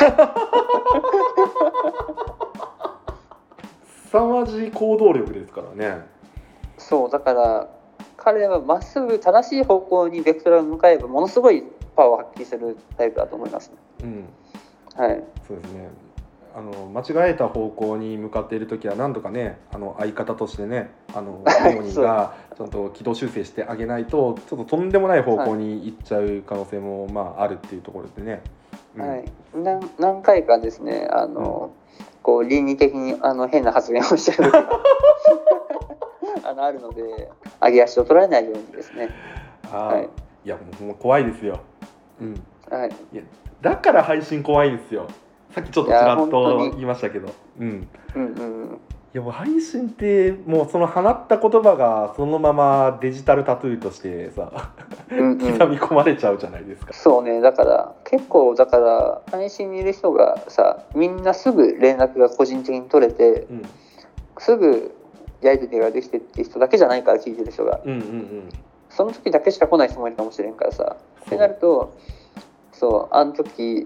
凄まじい行動力ですからね。 そうだから彼はまっすぐ正しい方向にベクトルを向かえばものすごいパワーを発揮するタイプだと思いますね。 そうですね。間違えた方向に向かっている時は何とかね、相方としてね、レオニーがちゃんと軌道修正してあげないとちょっととんでもない方向に行っちゃう可能性もあるっていうところでね。 何回かですね、倫理的に変な発言をしてる時があるので、上げ足を取られないようにですね。 いやもう怖いですよ。いやだから配信怖いんですよ。さっきちょっとちらっと言いましたけど、いやもう配信ってもうその放った言葉がそのままデジタルタトゥーとしてさ刻み込まれちゃうじゃないですか。 そうね、だから結構配信にいる人がさ、みんなすぐ連絡が個人的に取れて、すぐやり取りができてっていう人だけじゃないから、聞いてる人が、その時だけしか来ない人もいるかもしれんからさ、ってなるとあの時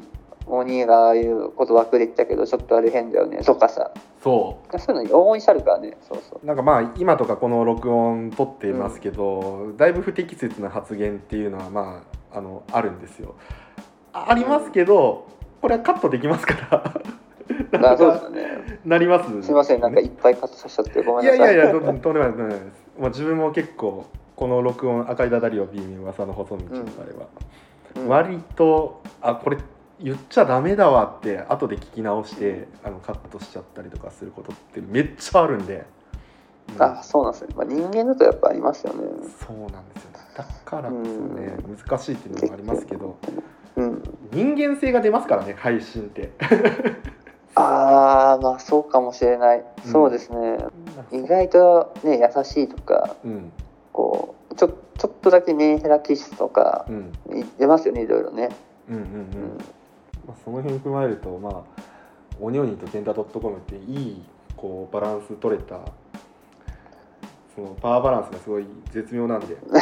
鬼がああいうこと枠で言ったけどちょっとあれ変だよねとかさ、 そういうのに往々にしゃるからね。そうそう。 なんかまあ今とかこの録音撮ってますけど、だいぶ不適切な発言っていうのはまああるんですよ。ありますけど、これはカットできますからあ、そうですよね。 なります、 すいません、なんかいっぱいカットさせちゃってごめんなさい。 いやとんでもないとんでもないです。まあ、自分も結構この録音赤いダダリオ B 面噂の細道とかでは、割とこれ言っちゃダメだわって後で聞き直してカットしちゃったりとかすることってめっちゃあるんで、 そうなんですね。まあ、人間だとやっぱありますよね。 そうなんですよね。だからこそね、難しいっていうのもありますけど、人間性が出ますからね、配信ってまあそうかもしれない。そうですね。意外とね優しいとか、こうちょっとだけメンヘラ気質とか、出ますよね、いろいろね。 まあ、その辺踏まえると、まあおにょにとケンタ .com っていいこうバランス取れたそのパワーバランスがすごい絶妙なんでだ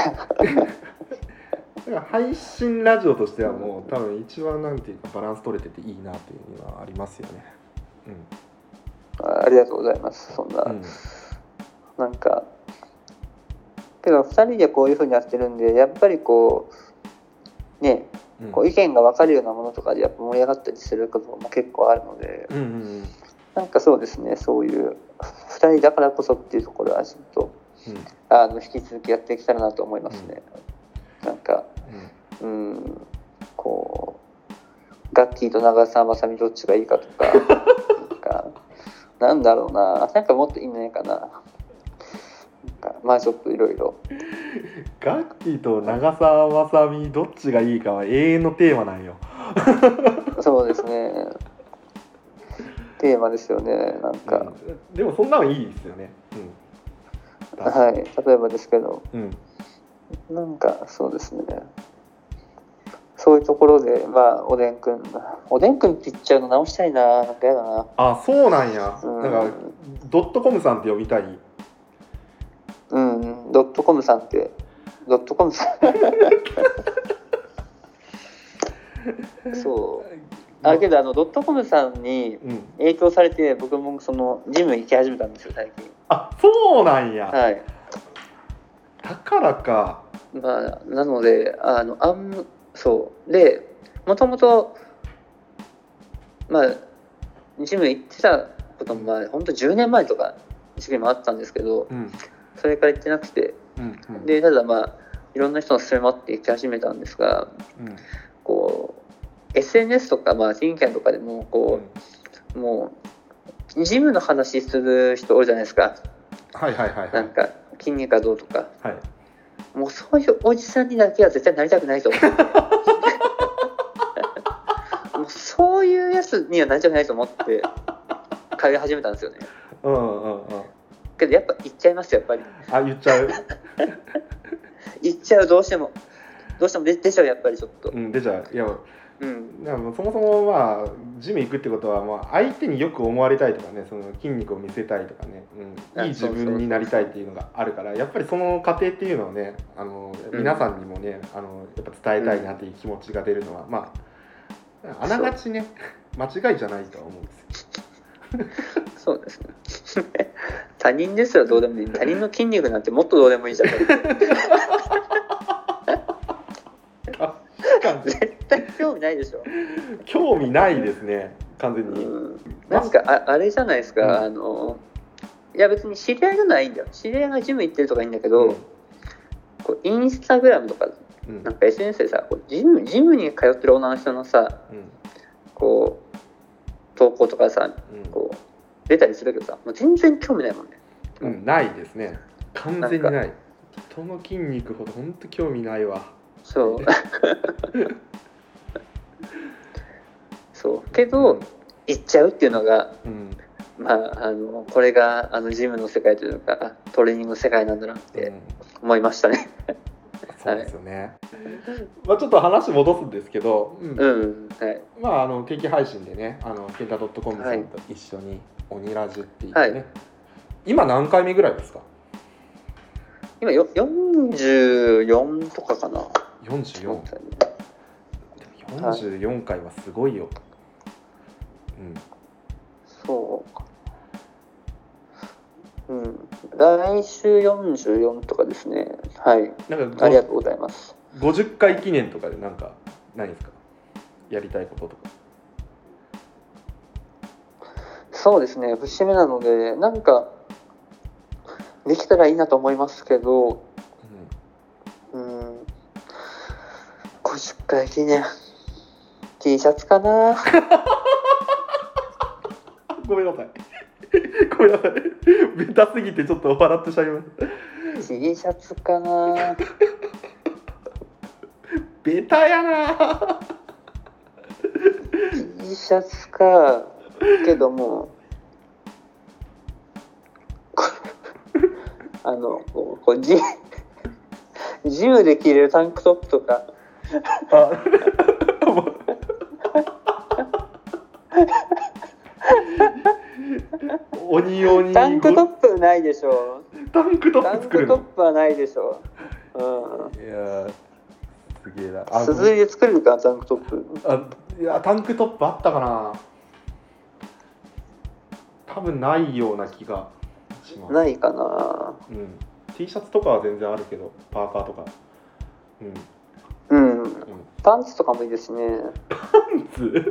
から配信ラジオとしてはもう多分一番なんていうかバランス取れてていいなっていうのはありますよね。 ありがとうございます。そんな、なんかけど2人でこういう風にやってるんでやっぱりこうね、こう意見が分かるようなものとかでやっぱ盛り上がったりすることも結構あるので、なんかそうですね、そういう2人だからこそっていうところはちょっと、引き続きやっていけたらなと思いますね。なんか、こうガッキーと長澤まさみどっちがいいかとかなんだろうな、なんかもっといいんじゃないかな。まあちょっといろいろガッキーと長澤まさみどっちがいいかは永遠のテーマなんよそうですね、テーマですよね。なんか、 でもそんなのいいですよね。 はい、例えばですけど、なんかそうですね、そういうところでまあおでんくんって言っちゃうの直したいな、なんかやだな。 そうなんや。なんかドットコムさんって呼びたい。 ドットコムさんってドットコムさんそうけどドットコムさんに影響されて、僕もそのジム行き始めたんですよ最近。 そうなんや。 はい。 だからか。 まあなのでそうでもともとまあジム行ってたことも本当10年前とか時期もあったんですけど、それから行ってなくて、でただまあいろんな人の勧めもあって行き始めたんですが、こう SNS とかティンキャンとかでもこう、もうジムの話する人多いじゃないですか。なんか筋肉がどうとか、もうそういうおじさんにだけは絶対なりたくないと思ってもうそういうやつにはなりたくないと思って通い始めたんですよね。けどやっぱ行っちゃいますよ、やっぱり。 言っちゃう行っちゃう、どうしても出ちゃう、やっぱりちょっと、 出ちゃう。いや、でもそもそもまあジム行くってことは、まあ、相手によく思われたいとかね、その筋肉を見せたいとかね、いい自分になりたいっていうのがあるから、やっぱりその過程っていうのをね、皆さんにもね、やっぱ伝えたいなっていう気持ちが出るのは、まああながちね間違いじゃないとは思うんですよそうですね他人ですらどうでもいい。他人の筋肉なんてもっとどうでもいいじゃん絶対興味ないでしょ。 興味ないですね、完全に。 なんかあれじゃないですか、いや別に知り合いがないんだよ。知り合いがジム行ってるとかいいんだけど、こうインスタグラムとか、なんか SNS でさ、こうジムに通ってる女の人のさ、こう投稿とかさ、こう出たりするけどさ、もう全然興味ないもんね。 ないですね、完全にない。人の筋肉ほど本当興味ないわ。 そうそうけど、行っちゃうっていうのが、まあこれがジムの世界というかトレーニングの世界なんだなって思いましたねそうですよね。まあちょっと話戻すんですけど、まあ定期配信でね、ケンタ .com さんと一緒にオニラジっていうね、今何回目ぐらいですか？ 今44とかかな。 44回はすごいよ。 そうか。来週44とかですね。はい。 なんかありがとうございます。 50回記念とかでなんかないですか？やりたいこととか。 そうですね。節目なので、なんかできたらいいなと思いますけど、50回記念 T シャツかな。 ごめんなさい。ごめんなさい。ベタすぎてちょっと笑ってしまいました。 T シャツかな。 ベタやな。 T シャツか。けどもこうジムで着れるタンクトップとか。 鬼タンクトップないでしょ。 タンクトップ作るの？ タンクトップはないでしょ。 いやすげえな。 すずりで作れるかタンクトップ。 いやタンクトップあったかな。多分ないような気がします。 ないかな。 T シャツとかは全然あるけど、パーカーとか。 パンツとかもいいですね。 パンツ？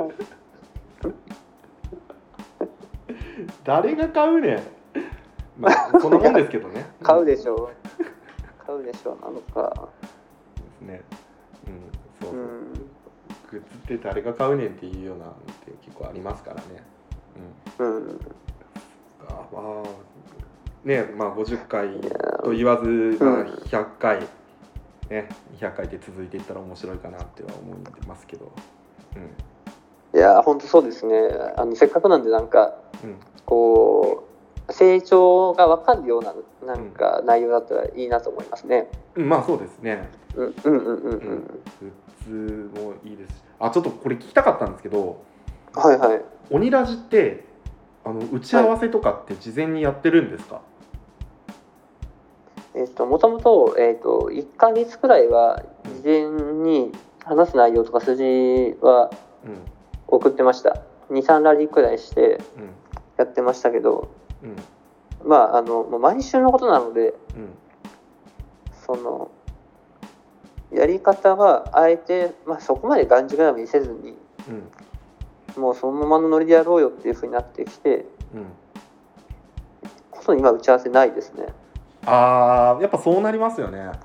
誰が買うねん。まあそんなもんですけどね。 買うでしょなのかですね。そうグッズって誰が買うねんっていうようなのって結構ありますからね。50回と言わず、100回ね、200回で続いていったら面白いかなっては思ってますけど。 いや本当そうですね。せっかくなんでなんか、こう成長が分かるようななんか内容だったらいいなと思いますね。 まあそうですね。グッズもいいですし、ちょっとこれ聞きたかったんですけど、鬼ラジって打ち合わせとかって事前にやってるんですか？ もともと1ヶ月くらいは事前に話す内容とか数字は送ってました。2,3 ラリーくらいしてやってましたけど、毎週のことなので、そのやり方はあえて、そこまでがんじがらめにせずに、もうそのままのノリでやろうよっていう風になってきて、こそ今打ち合わせないですね。 やっぱそうなりますよね。も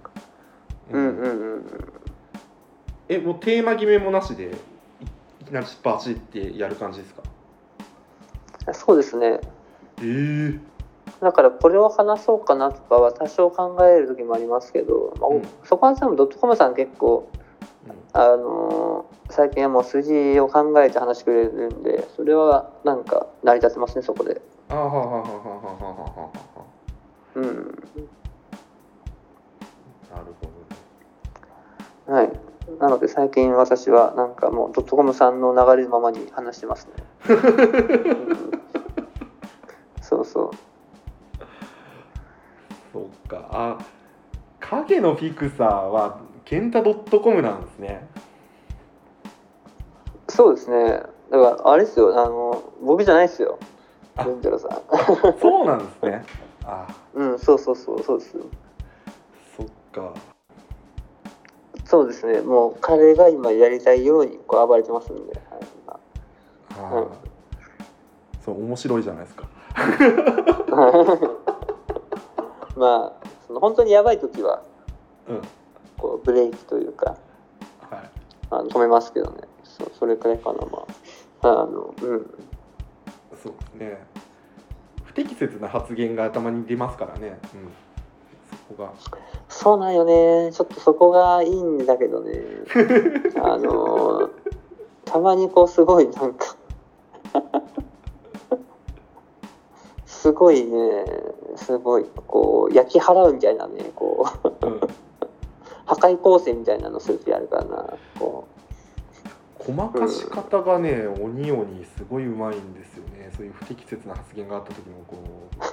うテーマ決めもなしでいきなりバチってやる感じですか？ そうですね。だからこれを話そうかなとかは多少考える時もありますけど、そこは多分ドットコムさん結構、最近はもう数字を考えて話してくれるんで、それはなんか成り立ってますね、そこで。 なるほど。 はい。なので最近私はなんかもうドットコムさんの流れのままに話してますね。そうそう。 そっか。影のフィクサーはケンタドットコムなんですね。 そうですね。だからあれですよ。僕じゃないですよ。レンジャロさん。 そうなんですね。 そうですよ。 そっか。 そうですね。もう彼が今やりたいようにこう暴れてますんで。 そう面白いじゃないですか。 本当にやばい時は、こうブレーキというか、止めますけどね。それくらいかな。 そうですね。不適切な発言が頭に出ますからね。そこが。 そうなんよね。ちょっとそこがいいんだけどね。たまにこうすごいなんかすごいこう焼き払うみたいなね、こう、破壊構成みたいなのするとやるからな。こう細かし方がね、鬼すごいうまいんですよね。そういう不適切な発言があった時もこ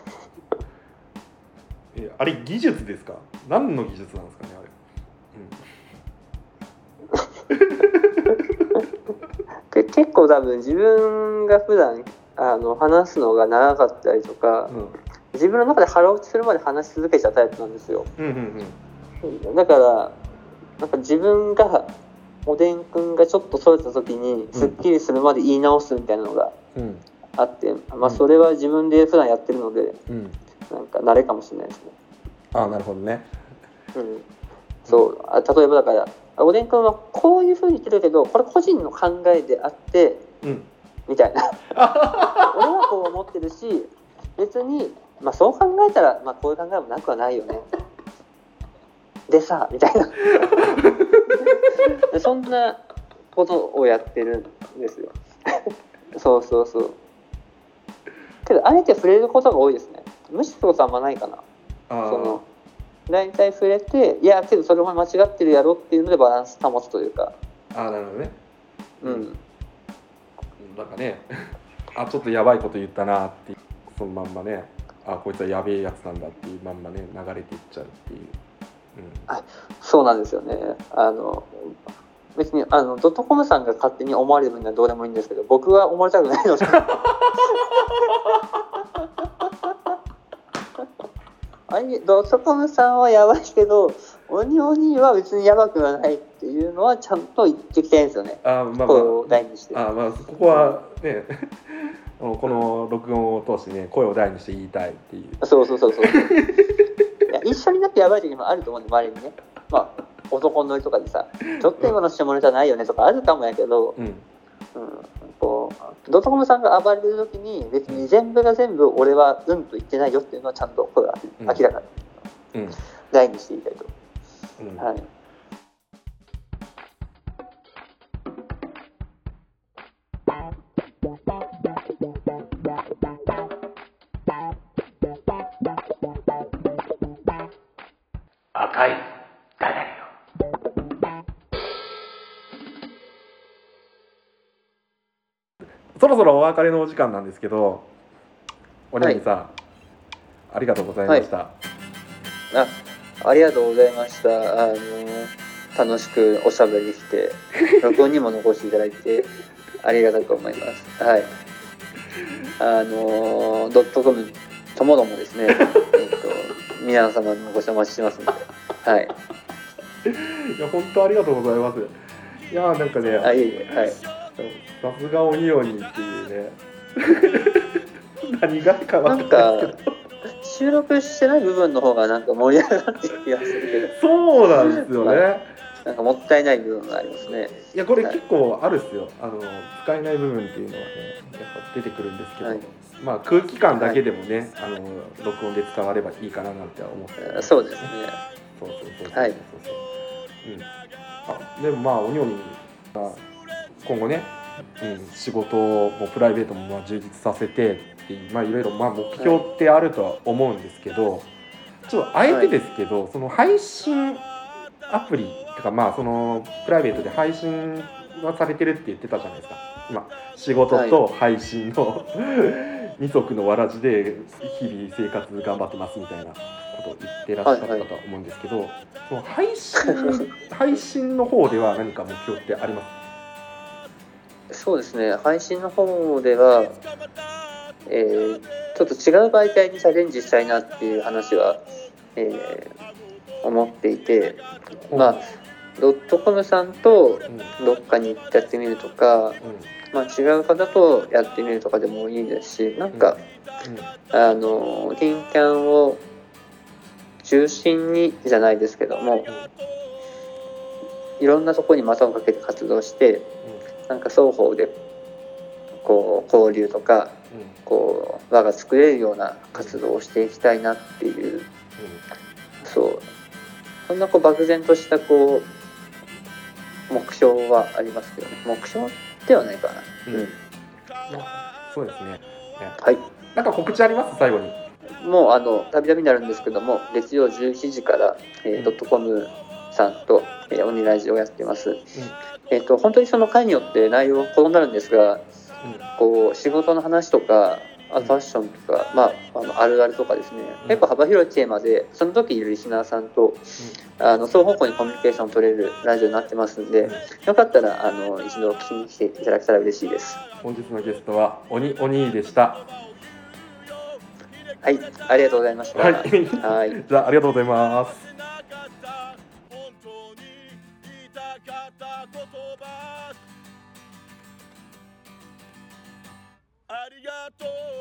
うあれ技術ですか？何の技術なんですかね、あれ。 結結構多分自分が普段話すのが長かったりとか、自分の中で腹落ちするまで話し続けちゃうタイプなんですよ。だからなんか自分がおでんくんがちょっとそれた時にすっきりするまで言い直すみたいなのがあって、それは自分で普段やってるので、なんか慣れかもしれないですね。 ああ、なるほどね。 そう例えばだからおでんくんはこういう風に言ってるけどこれ個人の考えであって、みたいな俺はこう思ってるし別に、そう考えたら、こういう考えもなくはないよねでさみたいなそんなことをやってるんですよそうけどあえて触れることが多いですね。無視することはあんまないかな。大体触れていやけどそれも間違ってるやろっていうのでバランス保つというか。 なるほどね。なんかねちょっとやばいこと言ったなってそのまんまねこいつはやべえやつなんだっていうまんまね流れていっちゃうっていう、 そうなんですよね。別にドットコムさんが勝手に思われる分にはどうでもいいんですけど僕は思われたくないのでドットコムさんはやばいけどオニは別にやばくはないっていうのはちゃんと言ってきたいんですよね。声を大にして。 ここはねこの録音を通してね声を大にして言いたいっていう。そういや一緒になってやばい時もあると思うんで周りにね。男の人とかでさちょっと今の下ネタないよねとかあるかもやけど、ドットコムさんが暴れる時に別に全部が全部俺はと言ってないよっていうのはちゃんと声が明らかに大にしていきたいと。はい。 赤いダダリオ。 そろそろお別れのお時間なんですけど、おにぎりさん、ありがとうございました。 ありがとうございました。楽しくおしゃべりして録音にも残していただいてありがたいと思います。はい。ドットコムともどもですね皆様のご視聴お待ちしてますので、はい。 いや本当ありがとうございます。いやなんかね、はい。さすが鬼鬼っていうね何がか分かんないけど収録してない部分の方がなんか盛り上がってる気がするけどそうなんですよね、 なんかもったいない部分がありますね。 いやこれ結構あるっすよ。使えない部分っていうのはねやっぱ出てくるんですけど、空気感だけでもね、録音で伝わればいいかななんて思って、ね、 そうですね。 そうはい。でも鬼鬼が今後ね、仕事もプライベートも充実させてっていういろいろ目標ってあるとは思うんですけど、ちょっとあえてですけど、その配信アプリとかそのプライベートで配信はされてるって言ってたじゃないですか。今仕事と配信の二足のわらじで日々生活頑張ってますみたいなことを言ってらっしゃったとは思うんですけど、その配信の方では何か目標ってありますか？ そうですね、配信の方では、ちょっと違う媒体にチャレンジしたいなっていう話は、思っていて、ドットコムさんとどっかに行ってやってみるとか、違う方とやってみるとかでもいいですし、なんか、ティンキャンを中心にじゃないですけども、いろんなところに股をかけて活動して、なんか双方でこう交流とか、こう輪が作れるような活動をしていきたいなっていう、そんな漠然とした目標はありますけどね。目標ではないかな。 そうですね。 はい。 なんか告知あります？最後に。 もうたびたびになるんですけども、月曜17時から、ドットコムさんと、鬼ラジオをやってます。本当にその回によって内容が異なるんですが、仕事の話とかファッションとか、あるあるとかですね、結構幅広いテーマでその時いるリスナーさんと、双方向にコミュニケーションを取れるラジオになってますんで、よかったら一度聞きに来ていただけたら嬉しいです。 本日のゲストはおにでした。 はい、ありがとうございました。 はい、じゃあありがとうございます。ありがとう。